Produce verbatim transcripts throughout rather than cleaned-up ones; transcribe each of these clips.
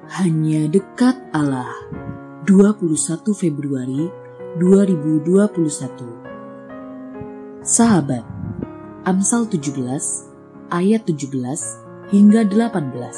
Hanya dekat Allah. dua puluh satu Februari dua ribu dua puluh satu. Sahabat, Amsal tujuh belas ayat tujuh belas hingga delapan belas.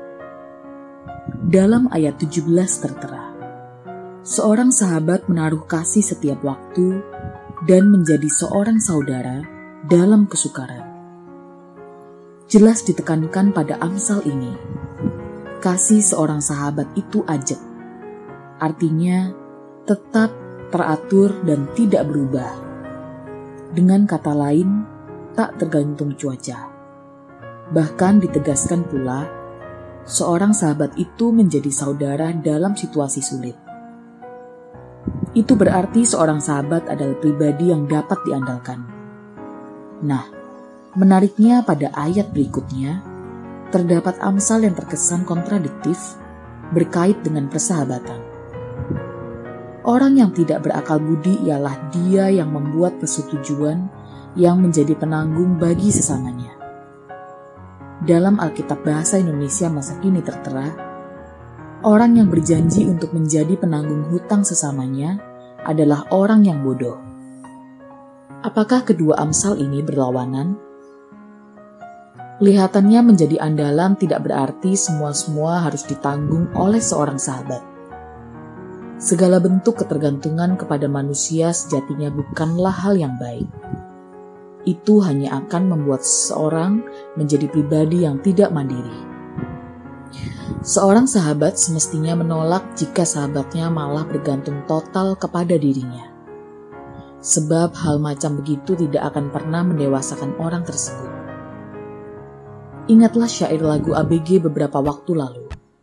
Dalam ayat tujuh belas tertera, seorang sahabat menaruh kasih setiap waktu dan menjadi seorang saudara dalam kesukaran. Jelas ditekankan pada Amsal ini, kasih seorang sahabat itu ajak. Artinya, tetap teratur dan tidak berubah. Dengan kata lain, tak tergantung cuaca. Bahkan ditegaskan pula, seorang sahabat itu menjadi saudara dalam situasi sulit. Itu berarti seorang sahabat adalah pribadi yang dapat diandalkan. Nah, menariknya pada ayat berikutnya, terdapat amsal yang terkesan kontradiktif berkait dengan persahabatan. Orang yang tidak berakal budi ialah dia yang membuat persetujuan yang menjadi penanggung bagi sesamanya. Dalam Alkitab Bahasa Indonesia masa kini tertera, orang yang berjanji untuk menjadi penanggung hutang sesamanya adalah orang yang bodoh. Apakah kedua amsal ini berlawanan? Kelihatannya menjadi andalan tidak berarti semua-semua harus ditanggung oleh seorang sahabat. Segala bentuk ketergantungan kepada manusia sejatinya bukanlah hal yang baik. Itu hanya akan membuat seseorang menjadi pribadi yang tidak mandiri. Seorang sahabat semestinya menolak jika sahabatnya malah bergantung total kepada dirinya. Sebab hal macam begitu tidak akan pernah mendewasakan orang tersebut. Ingatlah syair lagu A B G beberapa waktu lalu.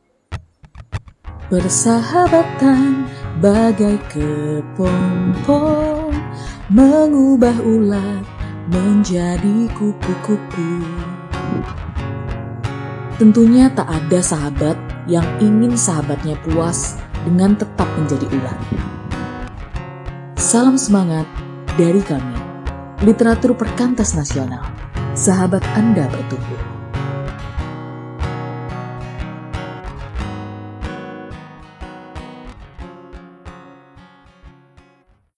Persahabatan bagai kepompong, mengubah ulat menjadi kupu-kupu. Tentunya tak ada sahabat yang ingin sahabatnya puas dengan tetap menjadi ulat. Salam semangat dari kami, Literatur Perkantas Nasional. Sahabat Anda bertumbuh.